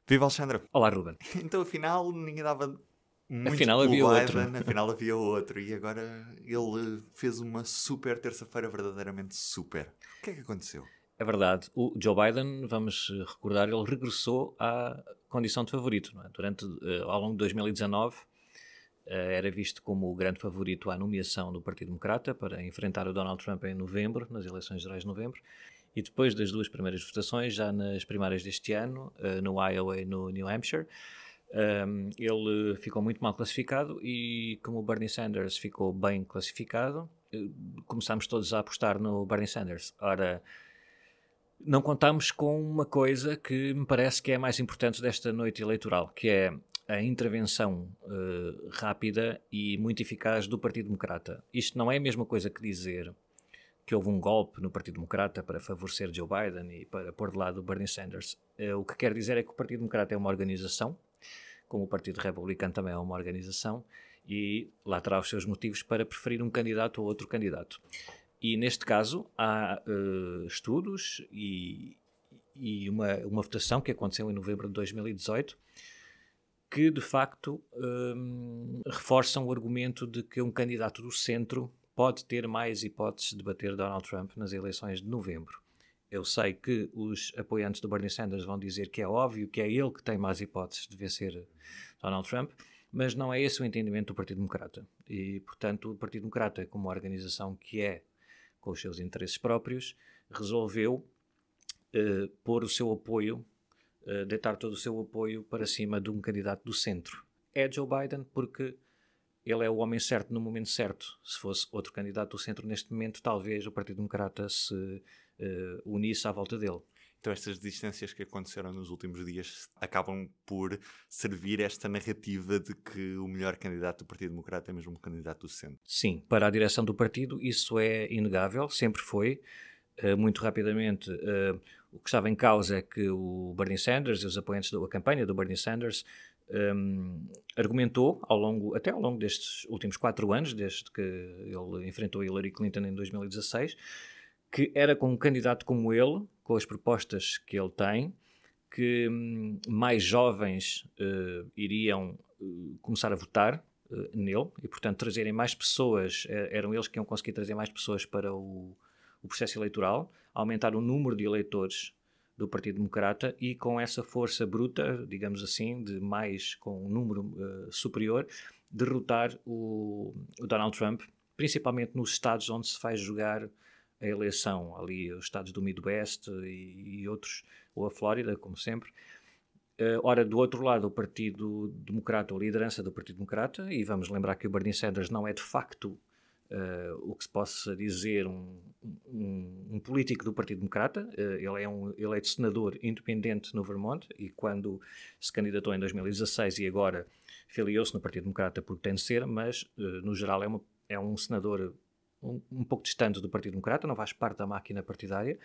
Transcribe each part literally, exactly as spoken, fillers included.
Viva Alexandra! Olá, Ruben. Então afinal ninguém dava muito Afinal pelo havia Biden, outro. afinal havia outro. E agora ele fez uma super terça-feira, verdadeiramente super. O que é que aconteceu? É verdade, o Joe Biden, vamos recordar, ele regressou à condição de favorito. Não é? Durante, uh, ao longo de dois mil e dezanove, uh, era visto como o grande favorito à nomeação do Partido Democrata para enfrentar o Donald Trump em novembro, nas eleições gerais de novembro. E depois das duas primeiras votações, já nas primárias deste ano, uh, no Iowa e no New Hampshire, um, ele ficou muito mal classificado e, como o Bernie Sanders ficou bem classificado, uh, começámos todos a apostar no Bernie Sanders. Ora, não contamos com uma coisa que me parece que é a mais importante desta noite eleitoral, que é a intervenção uh, rápida e muito eficaz do Partido Democrata. Isto não é a mesma coisa que dizer que houve um golpe no Partido Democrata para favorecer Joe Biden e para pôr de lado o Bernie Sanders. Uh, o que quer dizer é que o Partido Democrata é uma organização, como o Partido Republicano também é uma organização, e lá terá os seus motivos para preferir um candidato ou outro candidato. E neste caso há uh, estudos e, e uma, uma votação que aconteceu em novembro de dois mil e dezoito que de facto um, reforçam o argumento de que um candidato do centro pode ter mais hipóteses de bater Donald Trump nas eleições de novembro. Eu sei que os apoiantes do Bernie Sanders vão dizer que é óbvio que é ele que tem mais hipóteses de vencer Donald Trump, mas não é esse o entendimento do Partido Democrata. E, portanto, o Partido Democrata, como organização que é, com os seus interesses próprios, resolveu uh, pôr o seu apoio, uh, deitar todo o seu apoio para cima de um candidato do centro. É Joe Biden porque ele é o homem certo no momento certo. Se fosse outro candidato do centro neste momento, talvez o Partido Democrata se uh, unisse à volta dele. Então estas desistências que aconteceram nos últimos dias acabam por servir esta narrativa de que o melhor candidato do Partido Democrata é mesmo um candidato do centro. Sim, para a direção do partido isso é inegável, sempre foi. Uh, muito rapidamente, uh, o que estava em causa é que o Bernie Sanders e os apoiantes da campanha do Bernie Sanders um, argumentou, ao longo, até ao longo destes últimos quatro anos, desde que ele enfrentou Hillary Clinton em dois mil e dezasseis, que era com um candidato como ele, com as propostas que ele tem, que hum, mais jovens uh, iriam uh, começar a votar uh, nele e, portanto, trazerem mais pessoas, uh, eram eles que iam conseguir trazer mais pessoas para o o processo eleitoral, aumentar o número de eleitores do Partido Democrata e com essa força bruta, digamos assim, de mais, com um número uh, superior, derrotar o, o Donald Trump, principalmente nos estados onde se vai jogar a eleição, ali os estados do Midwest e, e outros, ou a Flórida, como sempre. Uh, ora, do outro lado, o Partido Democrata, ou a liderança do Partido Democrata, e vamos lembrar que o Bernie Sanders não é de facto Uh, o que se possa dizer um, um, um político do Partido Democrata. Uh, ele é um eleito senador independente no Vermont e quando se candidatou em dois mil e dezasseis e agora filiou-se no Partido Democrata porque tem de ser, mas uh, no geral é, uma, é um senador um, um pouco distante do Partido Democrata, não faz parte da máquina partidária.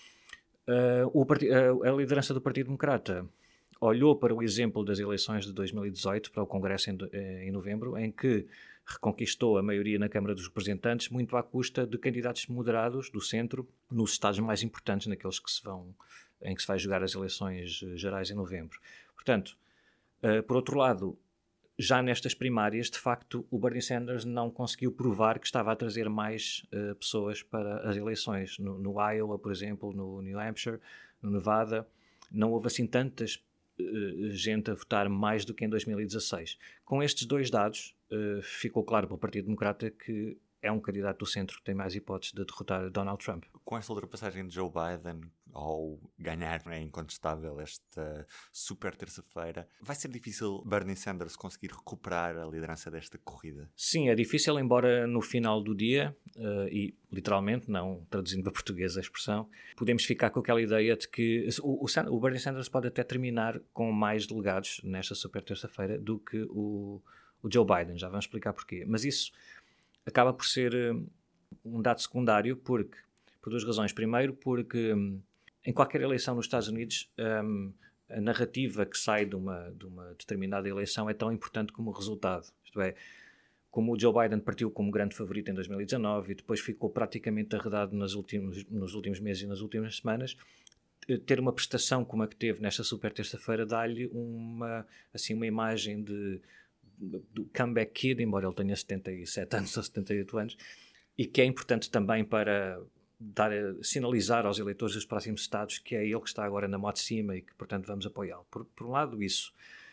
Uh, o part... uh, a liderança do Partido Democrata olhou para o exemplo das eleições de dois mil e dezoito, para o Congresso em, em novembro, em que reconquistou a maioria na Câmara dos Representantes, muito à custa de candidatos moderados do centro, nos estados mais importantes, naqueles que se vão, em que se vai jogar as eleições gerais em novembro. Portanto, uh, por outro lado, já nestas primárias, de facto, o Bernie Sanders não conseguiu provar que estava a trazer mais uh, pessoas para as eleições. No, no Iowa, por exemplo, no New Hampshire, no Nevada, não houve assim tantas gente a votar mais do que em dois mil e dezasseis. Com estes dois dados, uh, ficou claro para o Partido Democrata que é um candidato do centro que tem mais hipóteses de derrotar Donald Trump. Com esta ultrapassagem de Joe Biden, ao ganhar, é incontestável, esta super terça-feira, vai ser difícil Bernie Sanders conseguir recuperar a liderança desta corrida? Sim, é difícil, embora no final do dia, uh, e literalmente, não traduzindo para português a expressão, podemos ficar com aquela ideia de que o, o, o Bernie Sanders pode até terminar com mais delegados nesta super terça-feira do que o, o Joe Biden, já vamos explicar porquê. Mas isso acaba por ser um dado secundário porque, por duas razões. Primeiro, porque um, em qualquer eleição nos Estados Unidos, um, a narrativa que sai de uma, de uma determinada eleição é tão importante como o resultado. Isto é, como o Joe Biden partiu como grande favorito em dois mil e dezanove e depois ficou praticamente arredado nos últimos, nos últimos meses e nas últimas semanas, ter uma prestação como a que teve nesta super terça-feira dá-lhe uma, assim, uma imagem de, do comeback kid, embora ele tenha setenta e sete anos ou setenta e oito anos, e que é importante também para dar, sinalizar aos eleitores dos próximos estados que é ele que está agora na moto de cima e que, portanto, vamos apoiá-lo. Por, por um lado, isso,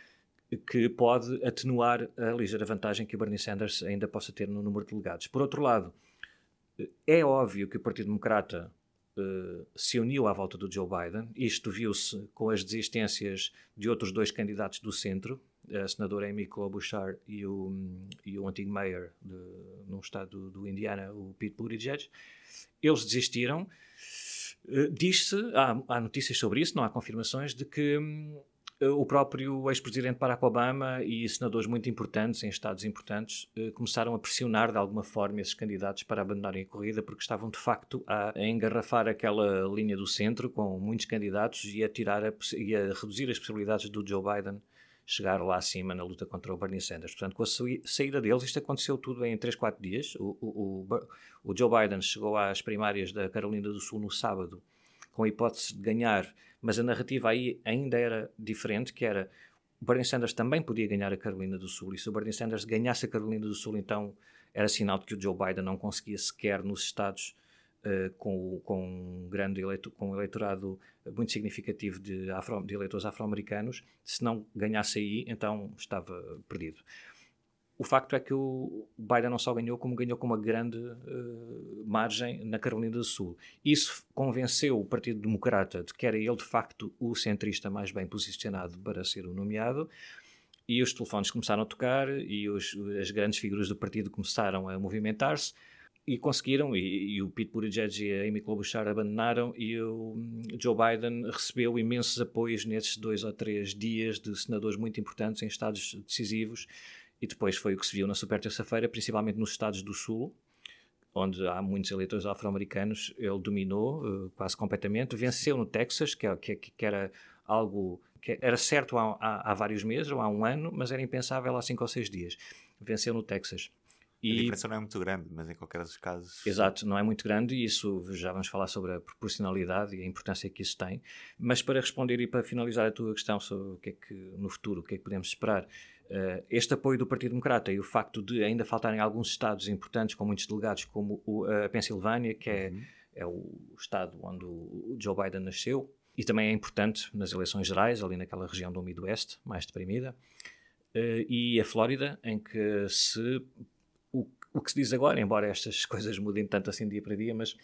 que pode atenuar a ligeira vantagem que o Bernie Sanders ainda possa ter no número de delegados. Por outro lado, é óbvio que o Partido Democrata uh, se uniu à volta do Joe Biden. Isto viu-se com as desistências de outros dois candidatos do centro, a senadora Amy Klobuchar e o, e o antigo mayor de, num estado do, do Indiana, o Pete Buttigieg. Eles desistiram. Uh, diz-se, há, há notícias sobre isso, não há confirmações, de que um, o próprio ex-presidente Barack Obama e senadores muito importantes, em estados importantes, uh, começaram a pressionar de alguma forma esses candidatos para abandonarem a corrida, porque estavam de facto a, a engarrafar aquela linha do centro com muitos candidatos e a, tirar a, e a reduzir as possibilidades do Joe Biden chegar lá acima na luta contra o Bernie Sanders. Portanto, com a saída deles, isto aconteceu tudo em três, quatro dias. O, o, o, o Joe Biden chegou às primárias da Carolina do Sul no sábado, com a hipótese de ganhar, mas a narrativa aí ainda era diferente, que era o Bernie Sanders também podia ganhar a Carolina do Sul, e se o Bernie Sanders ganhasse a Carolina do Sul, então era sinal de que o Joe Biden não conseguia sequer nos estados uh, com, com um grande eleito, com um eleitorado muito significativo de, afro, de eleitores afro-americanos. Se não ganhasse aí, então estava perdido. O facto é que o Biden não só ganhou, como ganhou com uma grande uh, margem na Carolina do Sul. Isso convenceu o Partido Democrata de que era ele, de facto, o centrista mais bem posicionado para ser o nomeado, e os telefones começaram a tocar e os, as grandes figuras do partido começaram a movimentar-se e conseguiram, e, e o Pete Buttigieg e a Amy Klobuchar abandonaram, e o Joe Biden recebeu imensos apoios nesses dois ou três dias de senadores muito importantes em estados decisivos. E depois foi o que se viu na super terça-feira, principalmente nos estados do Sul, onde há muitos eleitores afro-americanos. Ele dominou uh, quase completamente, venceu no Texas, que, que, que era algo que era certo há, há, há vários meses, ou há um ano, mas era impensável há cinco ou seis dias. Venceu no Texas. E... A diferença não é muito grande, mas em qualquer dos casos... Exato, não é muito grande, e isso já vamos falar sobre a proporcionalidade e a importância que isso tem. Mas para responder e para finalizar a tua questão sobre o que é que no futuro, o que é que podemos esperar, Uh, este apoio do Partido Democrata e o facto de ainda faltarem alguns estados importantes com muitos delegados, como o, a Pensilvânia, que é, uhum. é o estado onde o Joe Biden nasceu, e também é importante nas eleições gerais, ali naquela região do Midwest, mais deprimida, uh, e a Flórida, em que se o, o que se diz agora, embora estas coisas mudem tanto assim dia para dia, mas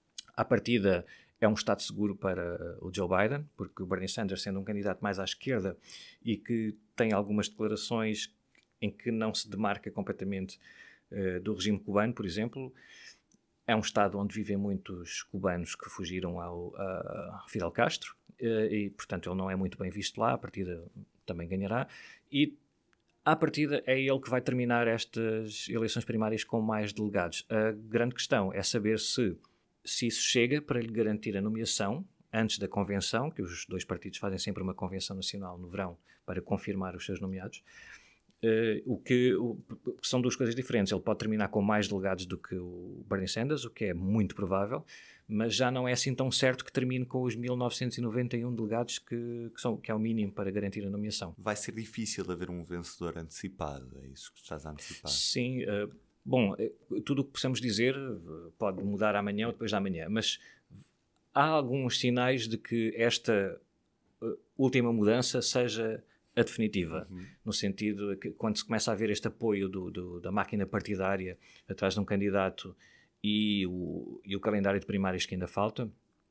à partida é um estado seguro para o Joe Biden, porque o Bernie Sanders, sendo um candidato mais à esquerda e que tem algumas declarações em que não se demarca completamente uh, do regime cubano, por exemplo, é um estado onde vivem muitos cubanos que fugiram ao a Fidel Castro, uh, e, portanto, ele não é muito bem visto lá. À partida também ganhará, e à partida é ele que vai terminar estas eleições primárias com mais delegados. A grande questão é saber se se isso chega para lhe garantir a nomeação antes da convenção, que os dois partidos fazem sempre uma convenção nacional no verão para confirmar os seus nomeados, uh, o que o, são duas coisas diferentes. Ele pode terminar com mais delegados do que o Bernie Sanders, o que é muito provável, mas já não é assim tão certo que termine com os mil novecentos e noventa e um delegados que, que, são, que é o mínimo para garantir a nomeação. Vai ser difícil haver um vencedor antecipado, é isso que estás a antecipar? Sim, uh, bom, tudo o que possamos dizer pode mudar amanhã ou depois de amanhã, mas há alguns sinais de que esta última mudança seja a definitiva, uhum. no sentido que quando se começa a ver este apoio do, do, da máquina partidária atrás de um candidato e o, e o calendário de primárias que ainda falta,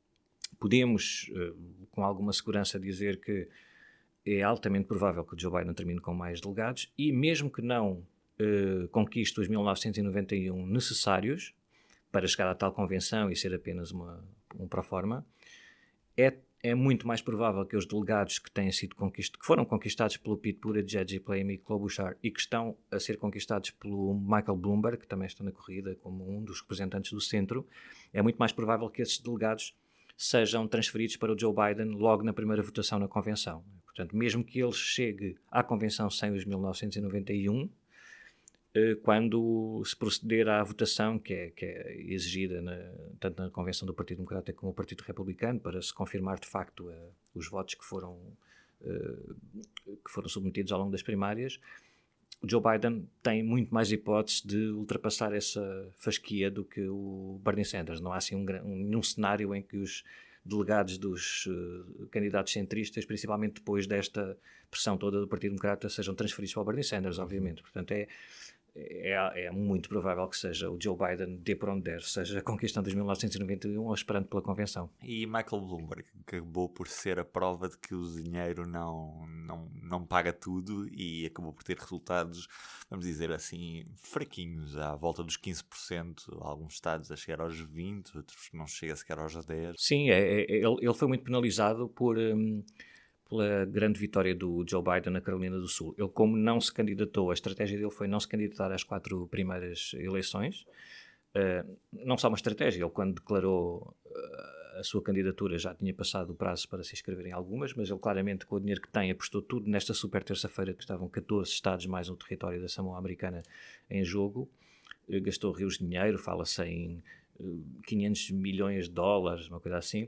podemos com alguma segurança dizer que é altamente provável que o Joe Biden termine com mais delegados, e mesmo que não Uh, conquiste os mil novecentos e noventa e um necessários para chegar a tal convenção e ser apenas uma, um proforma, é, é muito mais provável que os delegados que têm sido conquist, que foram conquistados pelo Pete Buttigieg e pela Amy Klobuchar e que estão a ser conquistados pelo Michael Bloomberg, que também está na corrida como um dos representantes do centro, é muito mais provável que esses delegados sejam transferidos para o Joe Biden logo na primeira votação na convenção. Portanto, mesmo que ele chegue à convenção sem os mil novecentos e noventa e um, quando se proceder à votação que é, que é exigida na, tanto na Convenção do Partido Democrata como do Partido Republicano, para se confirmar de facto uh, os votos que foram, uh, que foram submetidos ao longo das primárias. O Joe Biden tem muito mais hipóteses de ultrapassar essa fasquia do que o Bernie Sanders. Não há assim um, um, nenhum cenário em que os delegados dos uh, candidatos centristas, principalmente depois desta pressão toda do Partido Democrata, sejam transferidos para o Bernie Sanders, obviamente. Portanto, é É, é muito provável que seja o Joe Biden, dê por onde der, seja conquistando os mil novecentos e noventa e um ou esperando pela convenção. E Michael Bloomberg acabou por ser a prova de que o dinheiro não, não, não paga tudo e acabou por ter resultados, vamos dizer assim, fraquinhos, à volta dos quinze por cento, alguns estados a chegar aos vinte por cento, outros não chega sequer aos dez por cento. Sim, é, é, ele, ele foi muito penalizado por... Um, pela grande vitória do Joe Biden na Carolina do Sul. Ele, como não se candidatou, a estratégia dele foi não se candidatar às quatro primeiras eleições. Uh, não só uma estratégia, ele quando declarou uh, a sua candidatura já tinha passado o prazo para se inscrever em algumas, mas ele claramente, com o dinheiro que tem, apostou tudo nesta super terça-feira, que estavam catorze estados mais um território da Samoa Americana em jogo. Uh, gastou rios de dinheiro, fala-se em uh, quinhentos milhões de dólares, uma coisa assim.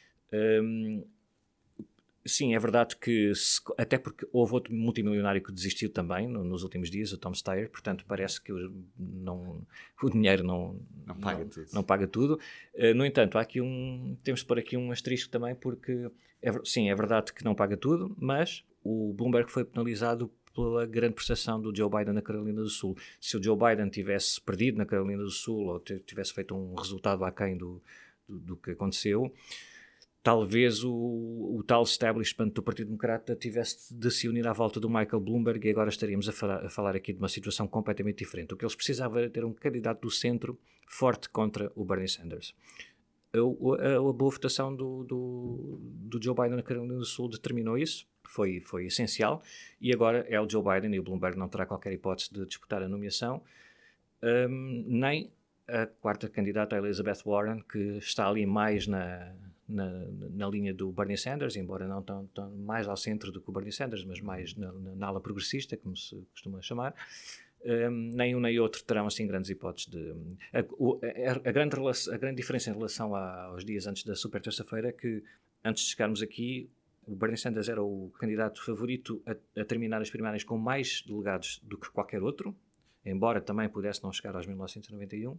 Um, Sim, é verdade que, se, até porque houve outro multimilionário que desistiu também no, nos últimos dias, o Tom Steyer, portanto parece que o, não, o dinheiro não, não, paga, não, tudo. não paga tudo. Uh, no entanto, há aqui um, temos de pôr aqui um asterisco também, porque é, sim, é verdade que não paga tudo, mas o Bloomberg foi penalizado pela grande prestação do Joe Biden na Carolina do Sul. Se o Joe Biden tivesse perdido na Carolina do Sul ou tivesse feito um resultado aquém do, do, do que aconteceu, talvez o, o tal establishment do Partido Democrata tivesse de se unir à volta do Michael Bloomberg e agora estaríamos a falar, a falar aqui de uma situação completamente diferente. O que eles precisavam era ter um candidato do centro forte contra o Bernie Sanders. A, a, a boa votação do, do, do Joe Biden na Carolina do Sul determinou isso, foi, foi essencial, e agora é o Joe Biden e o Bloomberg não terá qualquer hipótese de disputar a nomeação, um, nem a quarta candidata, a Elizabeth Warren, que está ali mais na... Na, na linha do Bernie Sanders, embora não tão, tão mais ao centro do que o Bernie Sanders, mas mais na, na, na ala progressista, como se costuma chamar. Um, nem um nem outro terão assim grandes hipóteses de... A, a, a, grande, a grande diferença em relação a, aos dias antes da super terça-feira é que, antes de chegarmos aqui, o Bernie Sanders era o candidato favorito a, a terminar as primárias com mais delegados do que qualquer outro, embora também pudesse não chegar aos mil novecentos e noventa e um.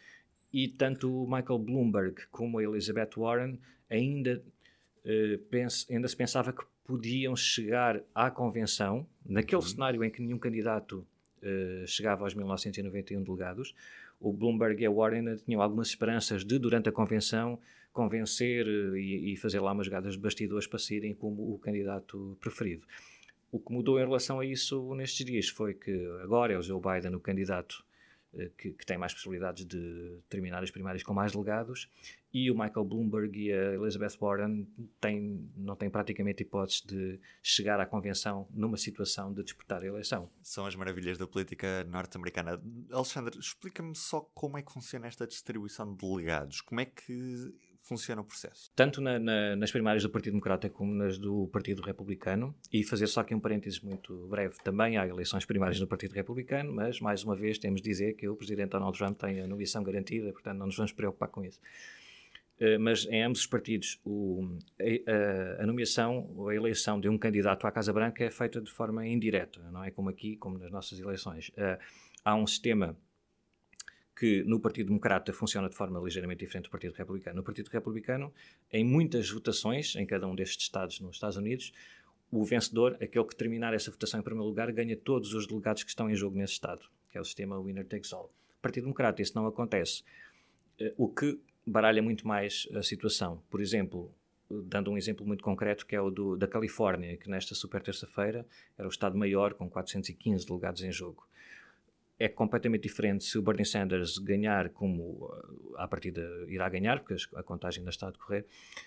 E tanto o Michael Bloomberg como a Elizabeth Warren ainda, uh, pense, ainda se pensava que podiam chegar à convenção, naquele uhum. cenário em que nenhum candidato uh, chegava aos mil novecentos e noventa e um delegados. O Bloomberg e a Warren ainda tinham algumas esperanças de, durante a convenção, convencer uh, e, e fazer lá umas jogadas de bastidores para saírem como o candidato preferido. O que mudou em relação a isso nestes dias foi que agora é o Joe Biden o candidato Que, que tem mais possibilidades de terminar as primárias com mais delegados, e o Michael Bloomberg e a Elizabeth Warren têm, não têm praticamente hipótese de chegar à convenção numa situação de disputar a eleição. São as maravilhas da política norte-americana. Alexandre, explica-me só como é que funciona esta distribuição de delegados. Como é que funciona o processo? Tanto na, na, nas primárias do Partido Democrata como nas do Partido Republicano, e fazer só aqui um parênteses muito breve, também há eleições primárias no Partido Republicano, mas mais uma vez temos de dizer que o Presidente Donald Trump tem a nomeação garantida, portanto não nos vamos preocupar com isso. Uh, mas em ambos os partidos o, a, a nomeação ou a eleição de um candidato à Casa Branca é feita de forma indireta, não é como aqui, como nas nossas eleições. Uh, há um sistema que no Partido Democrata funciona de forma ligeiramente diferente do Partido Republicano. No Partido Republicano, em muitas votações, em cada um destes estados nos Estados Unidos, o vencedor, aquele que terminar essa votação em primeiro lugar, ganha todos os delegados que estão em jogo nesse estado, que é o sistema winner takes all. No Partido Democrata isso não acontece, o que baralha muito mais a situação. Por exemplo, dando um exemplo muito concreto, que é o do, da Califórnia, que nesta super terça-feira era o estado maior, com quatrocentos e quinze delegados em jogo. É completamente diferente se o Bernie Sanders ganhar, como à partida irá ganhar, porque a contagem ainda está a decorrer,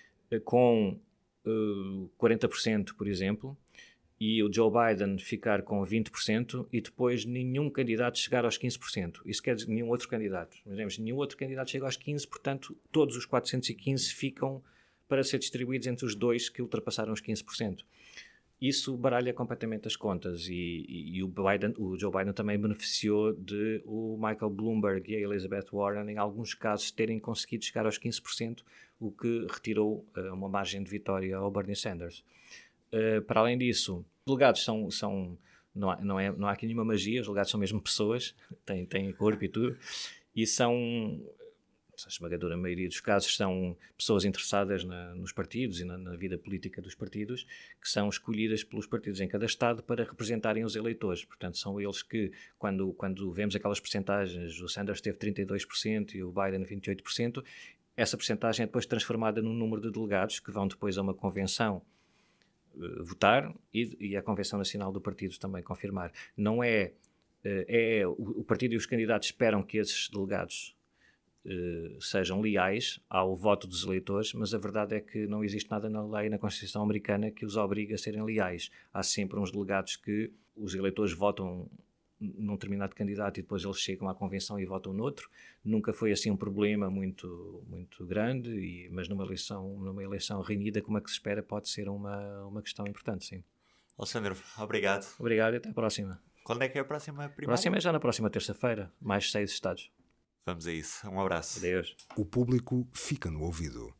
com uh, quarenta por cento, por exemplo, e o Joe Biden ficar com vinte por cento e depois nenhum candidato chegar aos quinze por cento. Isso quer dizer nenhum outro candidato. Mas nenhum outro candidato chega aos quinze por cento, portanto, todos os quatrocentos e quinze ficam para ser distribuídos entre os dois que ultrapassaram os quinze por cento. isso baralha completamente as contas e, e, e o, Biden, o Joe Biden também beneficiou de o Michael Bloomberg e a Elizabeth Warren, em alguns casos, terem conseguido chegar aos quinze por cento, o que retirou uh, uma margem de vitória ao Bernie Sanders. Uh, para além disso, os delegados são... são não, há, não, é, não há aqui nenhuma magia, os delegados são mesmo pessoas, têm, têm corpo e tudo, e são... a esmagadora maioria dos casos são pessoas interessadas na, nos partidos e na, na vida política dos partidos, que são escolhidas pelos partidos em cada estado para representarem os eleitores. Portanto, são eles que, quando, quando vemos aquelas percentagens, o Sanders teve trinta e dois por cento e o Biden vinte e oito por cento, essa percentagem é depois transformada num número de delegados que vão depois a uma convenção uh, votar e, e a Convenção Nacional do Partido também confirmar. Não é... Uh, é o, o partido e os candidatos esperam que esses delegados Uh, sejam leais ao voto dos eleitores, mas a verdade é que não existe nada na lei, na Constituição americana, que os obrigue a serem leais. Há sempre uns delegados que os eleitores votam num determinado candidato e depois eles chegam à convenção e votam noutro. Nunca foi assim um problema muito, muito grande, e, mas numa eleição, numa eleição renhida como a que se espera pode ser uma, uma questão importante, sim. Alexandre, obrigado. Obrigado e até a próxima. Quando é que é a próxima primária? A próxima é já na próxima terça-feira, mais seis estados. Vamos a isso. Um abraço. Adeus. O público fica no ouvido.